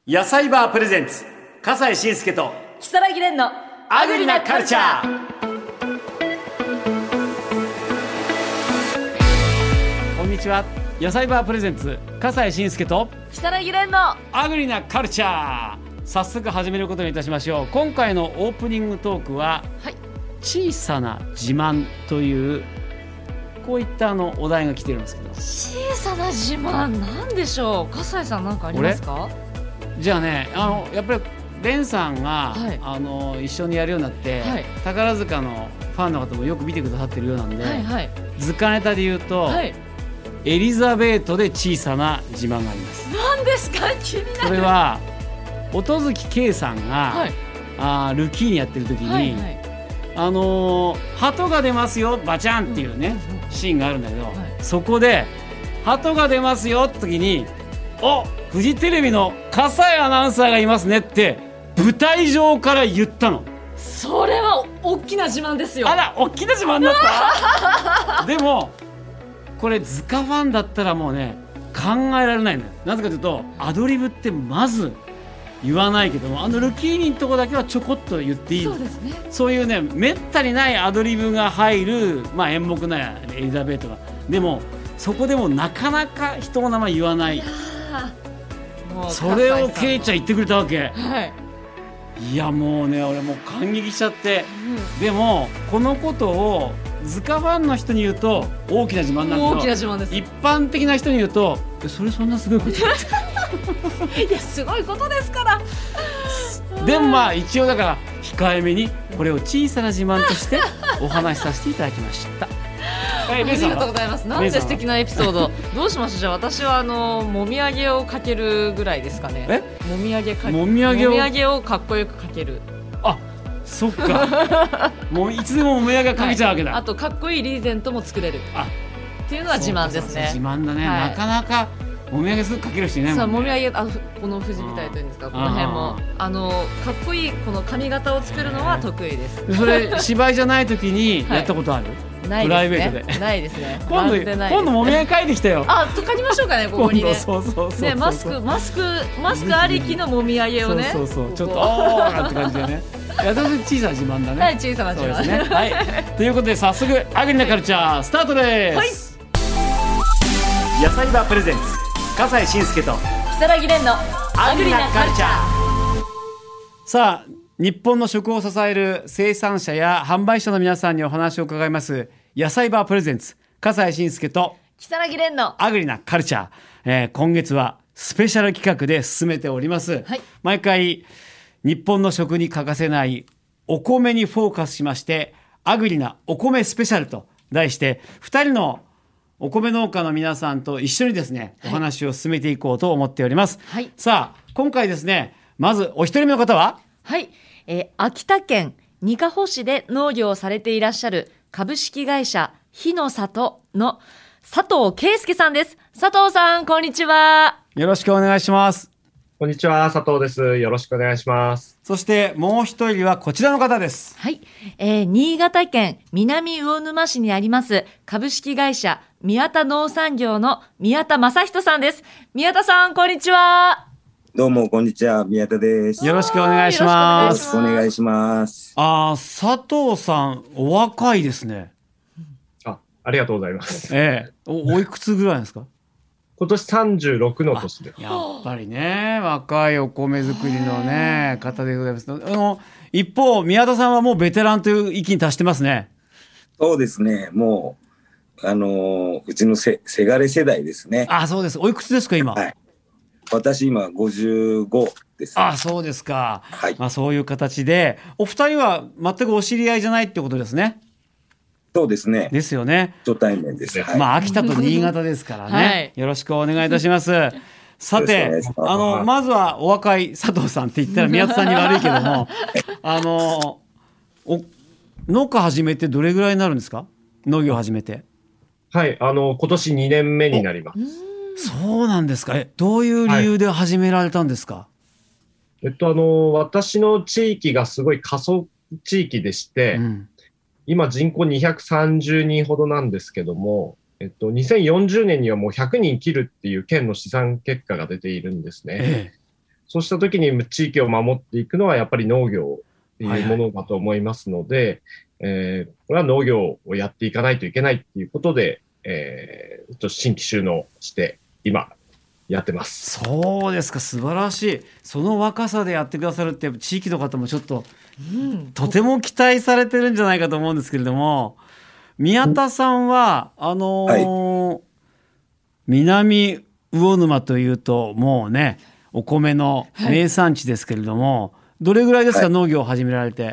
野菜バープレゼンツ笠西慎介と如月蓮のアグリなカルチャー。こんにちは。野菜バープレゼンツ笠西慎介と如月蓮のアグリなカルチャー。早速始めることにいたしましょう。今回のオープニングトークは、小さな自慢というこういったお題が来てるんですけど、 小さな自慢なんでしょう。笠西さん何かありますか？ じゃあね、やっぱりレンさんが、一緒にやるようになって、宝塚のファンの方もよく見てくださってるようなんで、図鑑ネタで言うと、エリザベートで小さな自慢があります。 何ですか？気になる。 それは音月圭さんが、ルキーニやってる時に、鳩が出ますよバチャンっていうね、シーンがあるんだけど、そこで鳩が出ますよって時に、フジテレビの笠井アナウンサーがいますねって舞台上から言ったの。 それは大きな自慢ですよ。 あら、大きな自慢だったでもこれ図鑑ファンだったらもうね、考えられないのよ。なぜかというと、アドリブってまず言わないけども、ルキーニのとこだけはちょこっと言っていい。 そうですね。 そういうね、めったにないアドリブが入る、演目なエリザベートが。でもそこでもなかなか人の名前言わない。それをケイちゃん言ってくれたわけ。いやもうね、俺もう感激しちゃって、でもこのことを図鑑ファンの人に言うと大きな自慢なんだけど、 大きな自慢です。 一般的な人に言うと、それそんなすごいこといや、すごいことですからでも一応だから控えめにこれを小さな自慢としてお話しさせていただきましたありがとうございます。なんで素敵なエピソード。どうしましょう。じゃあ私はもみあげをかけるぐらいですかね。もみあげをかっこよくかける。 あ、そっかもういつでももみあげかけちゃうわけだ。 あとかっこいいリーゼントも作れるっていうのは自慢ですね。 自慢だね、なかなかもみあげすぐかける人いないもんね。 もみあげ、この富士みたいというんですか、この辺もかっこいいこの髪型を作るのは得意です。 それ芝居じゃない時にやったことある？ ないですね。 プライベートでないですね。 今度もみあげ描いてきたよ。 描きましょうかね、ここにね。 そうマスクありきのもみあげをね。 ちょっとなんて感じでね。小さな自慢だね。 小さな自慢ですね。ということで早速アグリなカルチャースタートです。野菜バープレゼンツ笠西慎介と如月蓮のアグリなカルチャー。 さあ、日本の食を支える生産者や販売者の皆さんにお話を伺います野菜バープレゼンツ笠西慎介と如月蓮のアグリなカルチャー。今月はスペシャル企画で進めております。毎回日本の食に欠かせないお米にフォーカスしまして、アグリなお米スペシャルと題して2人のお米農家の皆さんと一緒にですね、お話を進めていこうと思っております。さあ、今回ですね、まずお一人目の方は、 秋田県にかほ市で農業をされていらっしゃる株式会社日の里の佐藤圭介さんです。佐藤さん、こんにちは。 よろしくお願いします。 こんにちは、佐藤です。よろしくお願いします。 そしてもう一人はこちらの方です。 新潟県南魚沼市にあります株式会社宮田農産業の宮田正人さんです。宮田さん、こんにちは。 どうもこんにちは、宮田です。 よろしくお願いします。 よろしくお願いします。 佐藤さん、お若いですね。 ありがとうございます。 おいくつぐらいですか？ 今年36の年で。 やっぱりね、若いお米作りのね方でございます。一方宮田さんはもうベテランという域に達してますね。 そうですね、もううちのせがれ世代ですね。 そうです。おいくつですか今？ 私今55です、ね。 そうですか。そういう形でお二人は全くお知り合いじゃないってことですね。 そうですね。 ですよね。 初対面です。 秋田と新潟ですからね。よろしくお願いいたします。さて、まずはお若い佐藤さんって言ったら宮田さんに悪いけども、農家始めてどれぐらいになるんですか？農業始めて。 今年2年目になります。 そうなんですか。どういう理由で始められたんですか？ 私の地域がすごい過疎地域でして、今人口230人ほどなんですけども、2040年にはもう100人切るっていう県の試算結果が出ているんですね。 そうした時に地域を守っていくのはやっぱり農業っていうものだと思いますので、これは農業をやっていかないといけないっていうことで、ちょっと新規就農して今やってます。 そうですか、素晴らしい。その若さでやってくださるって地域の方もちょっと、とても期待されてるんじゃないかと思うんですけれども、宮田さんは南魚沼というともうねお米の名産地ですけれども、どれぐらいですか、農業を始められて。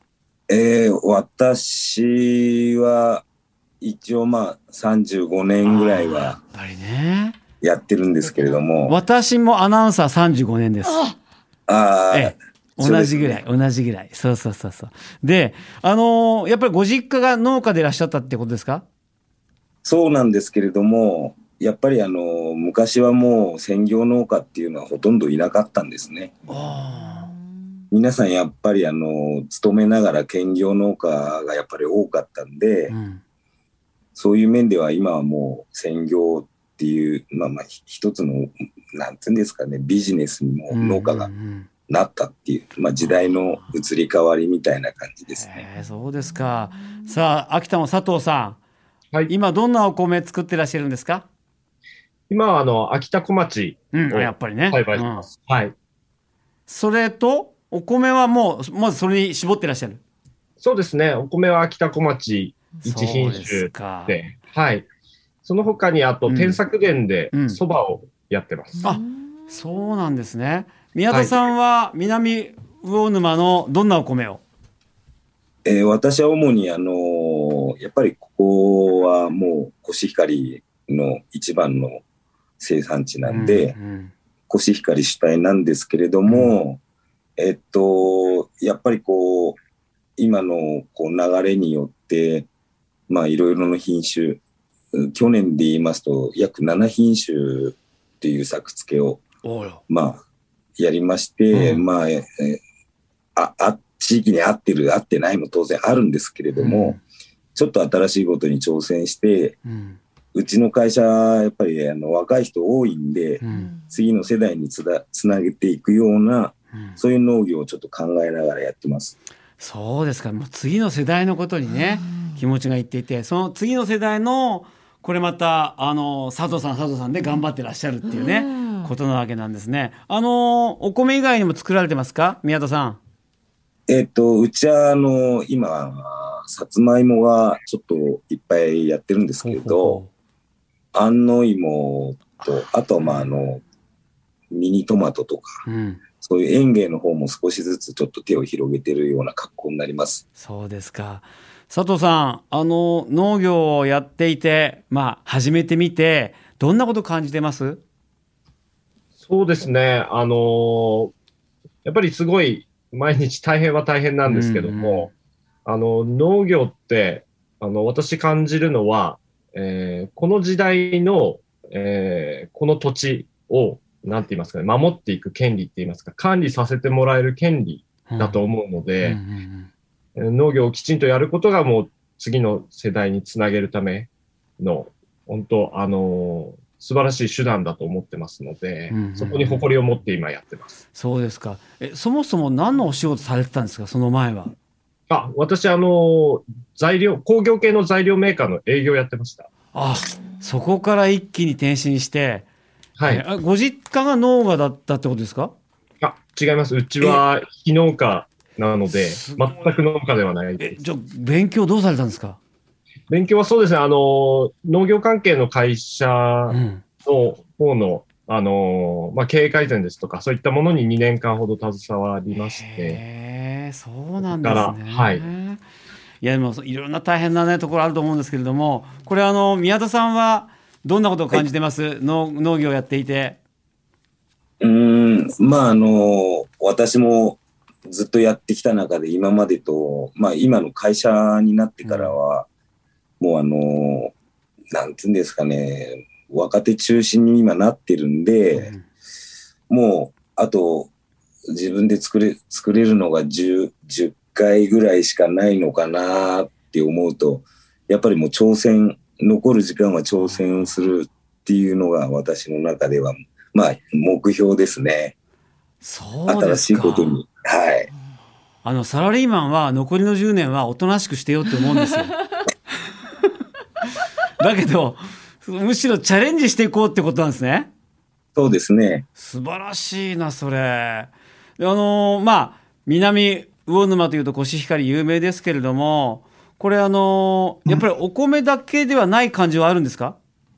私は一応35年ぐらいはやっぱりねやってるんですけれども、 私もアナウンサー35年です。同じぐらい、同じぐらい。そう。で、やっぱりご実家が農家でいらっしゃったってことですか？ そうなんですけれども、やっぱり昔はもう専業農家っていうのはほとんどいなかったんですね。皆さんやっぱり勤めながら兼業農家がやっぱり多かったんで、そういう面では今はもう専業っていう、一つの、なんていうんですかね、ビジネスにも農家がなったっていう、時代の移り変わりみたいな感じですね。 そうですか。さあ、秋田の佐藤さん、今どんなお米作ってらっしゃるんですか？ 今は秋田小町をやっぱりね栽培してます。 それとお米はもうまずそれに絞ってらっしゃる？ そうですね。お米は秋田小町一品種で、その他にあと天作田でそばをやってます。 そうなんですね。宮田さんは南魚沼のどんなお米を？ 私は主にやっぱりここはもうコシヒカリの一番の生産地なんで、コシヒカリ主体なんですけれども、やっぱり今の流れによっていろいろな品種、去年で言いますと約7品種っていう作付けをやりまして、地域に合ってる合ってないも当然あるんですけれども、ちょっと新しいことに挑戦して、うちの会社やっぱり若い人多いんで、次の世代につなげていくような、そういう農業をちょっと考えながらやってます。 そうですか。もう次の世代のことにね、気持ちがいっていて、その次の世代のこれまた佐藤さんで頑張ってらっしゃるっていうね、ことなわけなんですね。お米以外にも作られてますか、宮田さん？ うちは今さつまいもがちょっといっぱいやってるんですけど、安納芋とあとはミニトマトとか、そういう園芸の方も少しずつちょっと手を広げてるような格好になります。 そうですか。佐藤さん、農業をやっていて、始めてみてどんなこと感じてます？ そうですね。やっぱりすごい毎日大変は大変なんですけども、農業って私感じるのは、この時代の、この土地をなんて言いますかね、守っていく権利って言いますか、管理させてもらえる権利だと思うので、農業をきちんとやることがもう次の世代につなげるための本当素晴らしい手段だと思ってますので、そこに誇りを持って今やってます。 そうですか。そもそも何のお仕事されてたんですか、その前は？ 私工業系の材料メーカーの営業やってました。 そこから一気に転身して、ご実家が農家だったってことですか？ 違います。うちは非農家なので全く農家ではないです。 じゃあ勉強どうされたんですか？ 勉強はそうですね、農業関係の会社の方の、経営改善ですとか、そういったものに2年間ほど携わりまして。 そうなんですね。いや、でもいろんな大変な、ね、ところあると思うんですけれども、これ宮田さんはどんなことを感じてます？農業をやっていて。 私もずっとやってきた中で今までと、今の会社になってからは、もうなんていうんですかね、若手中心に今なってるんで、もうあと自分で作れるのが10回ぐらいしかないのかなって思うと、やっぱりもう残る時間は挑戦をするっていうのが私の中では目標ですね。 そうですか。 新しいことに。はい。 サラリーマンは残りの10年はおとなしくしてよって思うんですよ。だけど、むしろチャレンジしていこうってことなんですね。 そうですね。 素晴らしいな、それ。まあ、南魚沼というとコシヒカリ有名ですけれども、これやっぱりお米だけではない感じはあるんですか？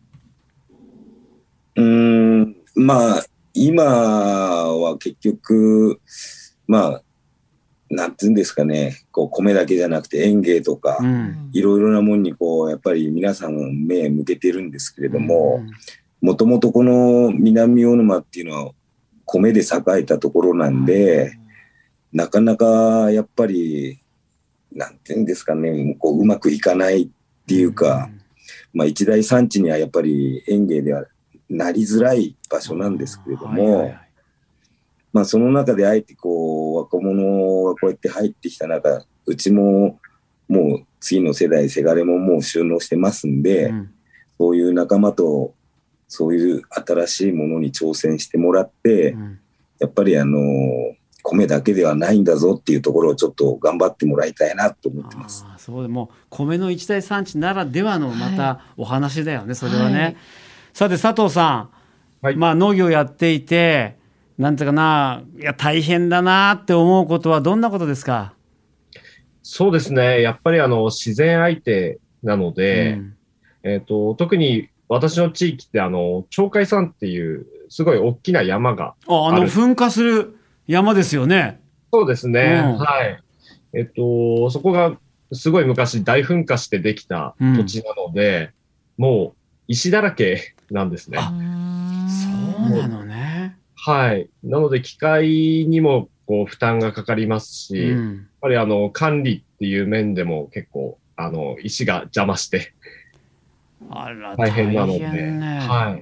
まあ、今は結局、まあ、なんていうんですかね、こう米だけじゃなくて園芸とか、いろいろなものにこうやっぱり皆さん目向けてるんですけれども、もともとこの南魚沼っていうのは米で栄えたところなんで、なかなかやっぱりなんていうんですかね、こううまくいかないっていうか、まあ一大産地にはやっぱり園芸ではなりづらい場所なんですけれども、まあその中であえてこう若者がこうやって入ってきた中、うちももう次の世代せがれももう収納してますんで、そういう仲間とそういう新しいものに挑戦してもらって、やっぱり米だけではないんだぞっていうところをちょっと頑張ってもらいたいなと思ってます。 そうでも米の一大産地ならではのまたお話だよね、それはね。さて佐藤さん、まあ農業やっていてなんていうかな、いや大変だなって思うことはどんなことですか？ そうですね。やっぱり自然相手なので、特に私の地域って鳥海山っていうすごい大きな山がある。 噴火する山ですよね。 そうですね。はい。そこがすごい昔大噴火してできた土地なので、もう石だらけなんですね。 そうなのね。 はい。なので機械にもこう負担がかかりますし、やっぱり管理っていう面でも結構石が邪魔して大変なので。はい。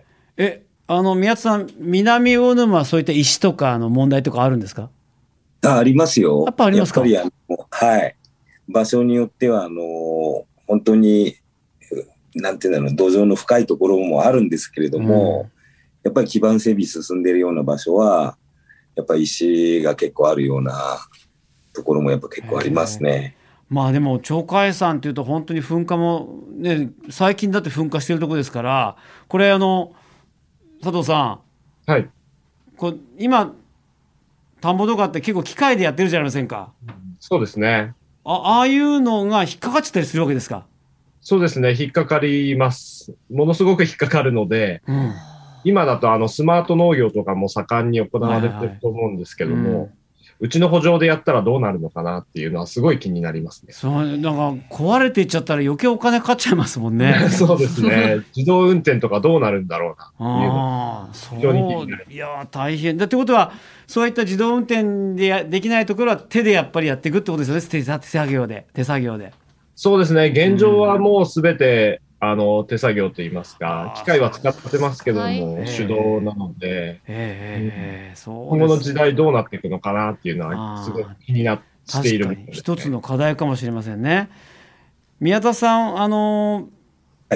宮津さん、南魚沼はそういった石とかの問題とかあるんですか？ ありますよ。 やっぱありますか？ やっぱりはい。場所によっては本当になんていうの、土壌の深いところもあるんですけれども、やっぱり基盤整備進んでいるような場所はやっぱり石が結構あるようなところもやっぱ結構ありますね。 まあでも鳥海山っていうと本当に噴火もね、最近だって噴火してるところですから、これ佐藤さん、はい、 今田んぼとかって結構機械でやってるじゃありませんか。 そうですね。 ああいうのが引っかかっちゃったりするわけですか？ そうですね、引っかかります。ものすごく引っかかるので、今だとスマート農業とかも盛んに行われてると思うんですけども、うちの圃場でやったらどうなるのかなっていうのはすごい気になりますね。 そう、なんか壊れていっちゃったら余計お金かかっちゃいますもんね。 そうですね。自動運転とかどうなるんだろうなっていうのは非常に気になります。 いや大変だってことは、そういった自動運転でできないところは手でやっぱりやっていくってことですよね。手作業で。 そうですね。現状はもうすべて手作業といいますか、機械は使ってますけども、手動なので、今後の時代どうなっていくのかなっていうのは、すごい気になっている、ね。 一つの課題かもしれませんね。宮田さん、はい、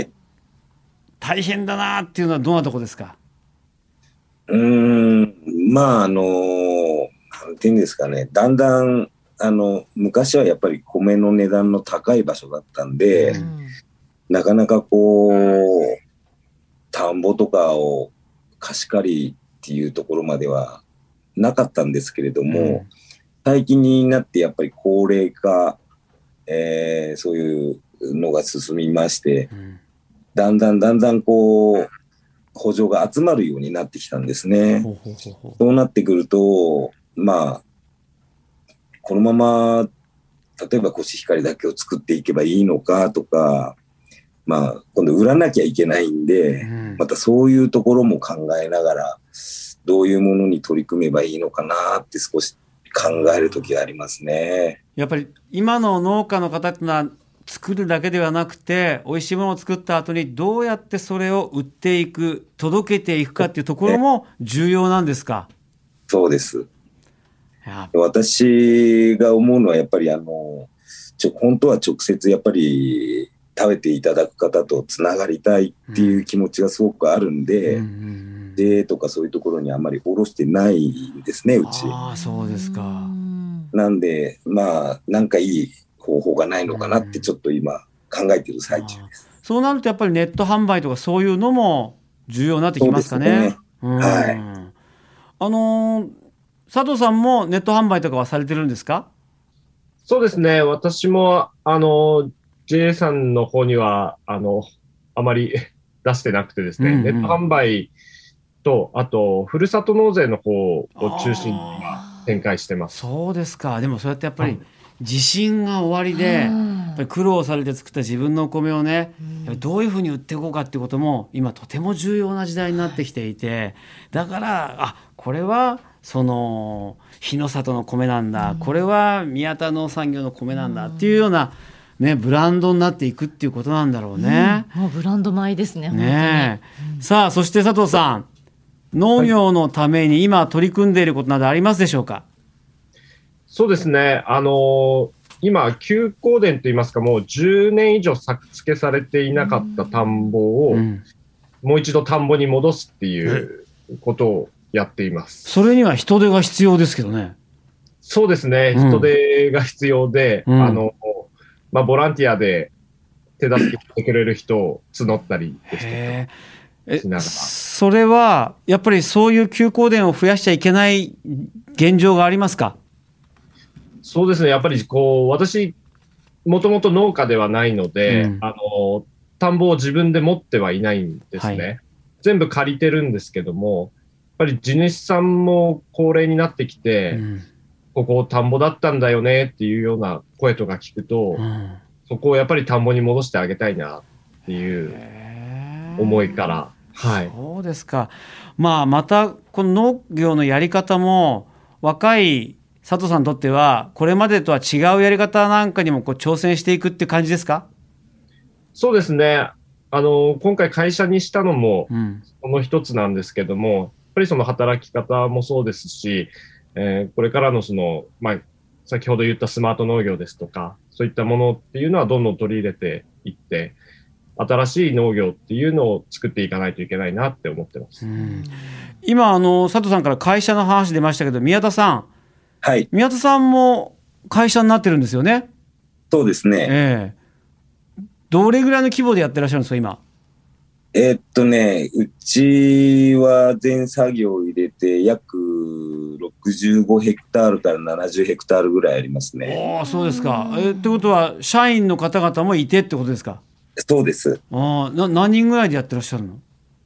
大変だなっていうのはどんなとこですか？ まあなんていうんですかね、だんだん昔はやっぱり米の値段の高い場所だったんで、なかなかこう田んぼとかを貸し借りっていうところまではなかったんですけれども、最近になってやっぱり高齢化、そういうのが進みまして、だんだんこう補助が集まるようになってきたんですね。そうなってくると、まあこのまま例えばコシヒカリだけを作っていけばいいのかとか、まあ今度売らなきゃいけないんで、またそういうところも考えながらどういうものに取り組めばいいのかなって少し考える時がありますね。 やっぱり今の農家の方ってのは作るだけではなくて、美味しいものを作った後にどうやってそれを売っていく、届けていくかっていうところも重要なんですか？ そうです。私が思うのはやっぱり本当は直接やっぱり食べていただく方とつながりたいっていう気持ちがすごくあるんで、 JA とかそういうところにあまり卸してないんですね、うち。 そうですか。 なんで、なんかいい方法がないのかなってちょっと今考えてる最中です。 そうなるとやっぱりネット販売とかそういうのも重要になってきますかね。佐藤さんもネット販売とかはされてるんですか？ そうですね。私も、JA さんの方には、あまり出してなくてですね、ネット販売と、あと、ふるさと納税の方を中心に今展開してます。 そうですか。でもそうやってやっぱり自信が終わりで、やっぱり苦労されて作った自分のお米をね、どういうふうに売っていこうかっていうことも今とても重要な時代になってきていて、だからこれはその日の里の米なんだ、これは宮田農産業の米なんだっていうような、ね、ブランドになっていくっていうことなんだろうね。 もうブランド米ですね。本当にさあ、そして佐藤さん、農業のために今取り組んでいることなどありますでしょうか？ そうですね。今、休耕田といいますか、もう10年以上作付けされていなかった田んぼを、もう一度田んぼに戻すっていうことをやっています。 それには人手が必要ですけどね。 そうですね。人手が必要で、ボランティアで手助けしてくれる人を募ったりですとか。 それはやっぱりそういう休耕田を増やしちゃいけない現状がありますか？ そうですね。やっぱり私、もともと農家ではないので、田んぼを自分で持ってはいないんですね。全部借りてるんですけども、やっぱり地主さんも高齢になってきて、ここ田んぼだったんだよねっていうような声とか聞くと、そこをやっぱり田んぼに戻してあげたいなっていう思いから。 そうですか。またこの農業のやり方も若い佐藤さんにとってはこれまでとは違うやり方なんかにも挑戦していくっていう感じですか？ そうですね。今回会社にしたのもその一つなんですけども、やっぱりその働き方もそうですし、これからの先ほど言ったスマート農業ですとか、そういったものっていうのはどんどん取り入れていって、新しい農業っていうのを作っていかないといけないなって思ってます。 今佐藤さんから会社の話出ましたけど、宮田さん、宮田さんも会社になってるんですよね。 そうですね。 どれぐらいの規模でやってらっしゃるんですか今？ うちは全作業を入れて約65ヘクタールから70ヘクタールぐらいありますね。 そうですか。ってことは社員の方々もいてってことですか？ そうです。 何人ぐらいでやってらっしゃるの？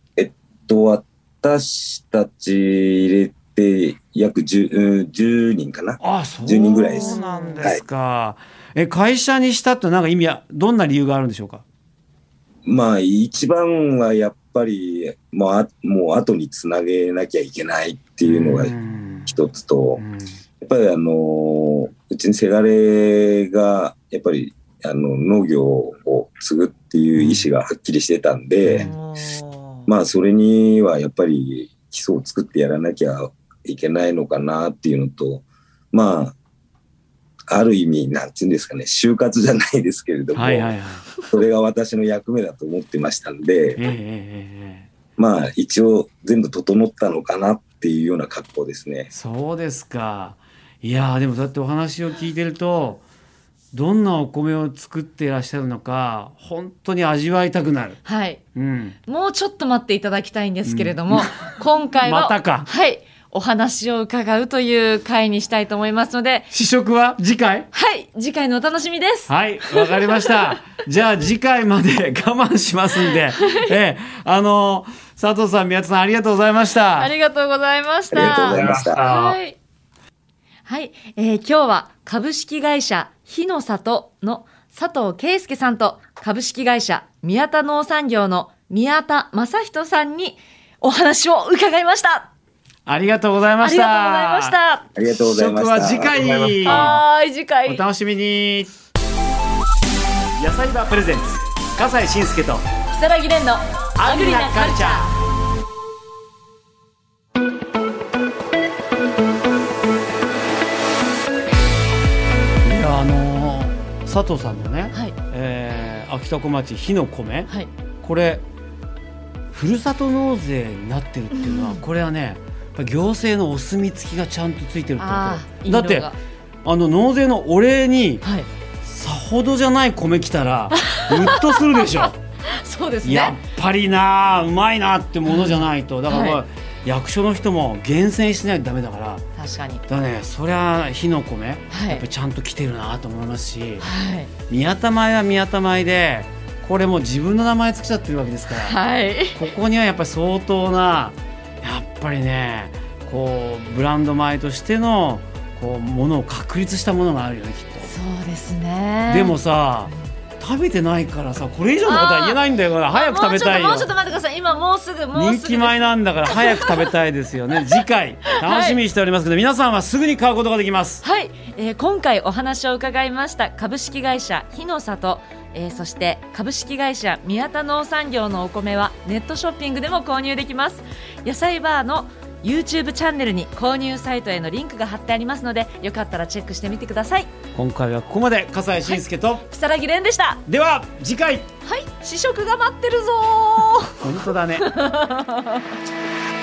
私たち入れて約 10人かな。10人ぐらいです。 そうなんですか。会社にしたってどんな理由があるんでしょうか？ 一番はやっぱりもう後につなげなきゃいけないっていうのが一つと、やっぱりうちのせがれがやっぱり農業を継ぐっていう意思がはっきりしてたんで、それにはやっぱり基礎を作ってやらなきゃいけないのかなっていうのと、ある意味なんていうんですかね、就活じゃないですけれども、それが私の役目だと思ってましたんで、一応全部整ったのかなっていうような格好ですね。 そうですか。いやでもだってお話を聞いてると、どんなお米を作っていらっしゃるのか本当に味わいたくなる。 もうちょっと待っていただきたいんですけれども、今回はまたか。 お話を伺うという回にしたいと思いますので、 試食は次回？ 次回のお楽しみです。 わかりました。じゃあ次回まで我慢しますんで、佐藤さん、宮田さん、ありがとうございました。 ありがとうございました。 ありがとうございました。 今日は株式会社日の里の佐藤圭介さんと株式会社宮田農産業の宮田正人さんにお話を伺いました。 ありがとうございました。 ありがとうございました。 試食は次回に。 次回。 お楽しみに。野菜バープレゼンツ、笠西慎介と如月蓮のアグリなカルチャー。 佐藤さんのね、秋田小町火の米、これふるさと納税になってるっていうのは、これはねやっぱ行政のお墨付きがちゃんとついてるってことだって、納税のお礼に、さほどじゃない米来たらグッとするでしょそうですね、 やっぱりなうまいなってものじゃないと、だから、役所の人も厳選しないとダメだから、 確かにだね、そりゃ火の米、やっぱりちゃんと来てるなと思いますし、宮田米は宮田米でこれもう自分の名前つけちゃってるわけですから、ここにはやっぱり相当なやっぱりねこうブランド米としてのこうものを確立したものがあるよね、きっと。 そうですね。 でもさ食べてないからさ、これ以上のことは言えないんだよ。早く食べたいよ。 もうちょっと待ってください。今もうすぐ人気米なんだから早く食べたいですよね。次回楽しみにしておりますけど、皆さんはすぐに買うことができます。 はい、今回お話を伺いました株式会社日の里、そして株式会社宮田農産業のお米はネットショッピングでも購入できます。野菜バーのYouTube チャンネルに購入サイトへのリンクが貼ってありますので、よかったらチェックしてみてください。 今回はここまで。笠井信介と如月蓮でした。 では次回。 はい、試食が待ってるぞ本当だね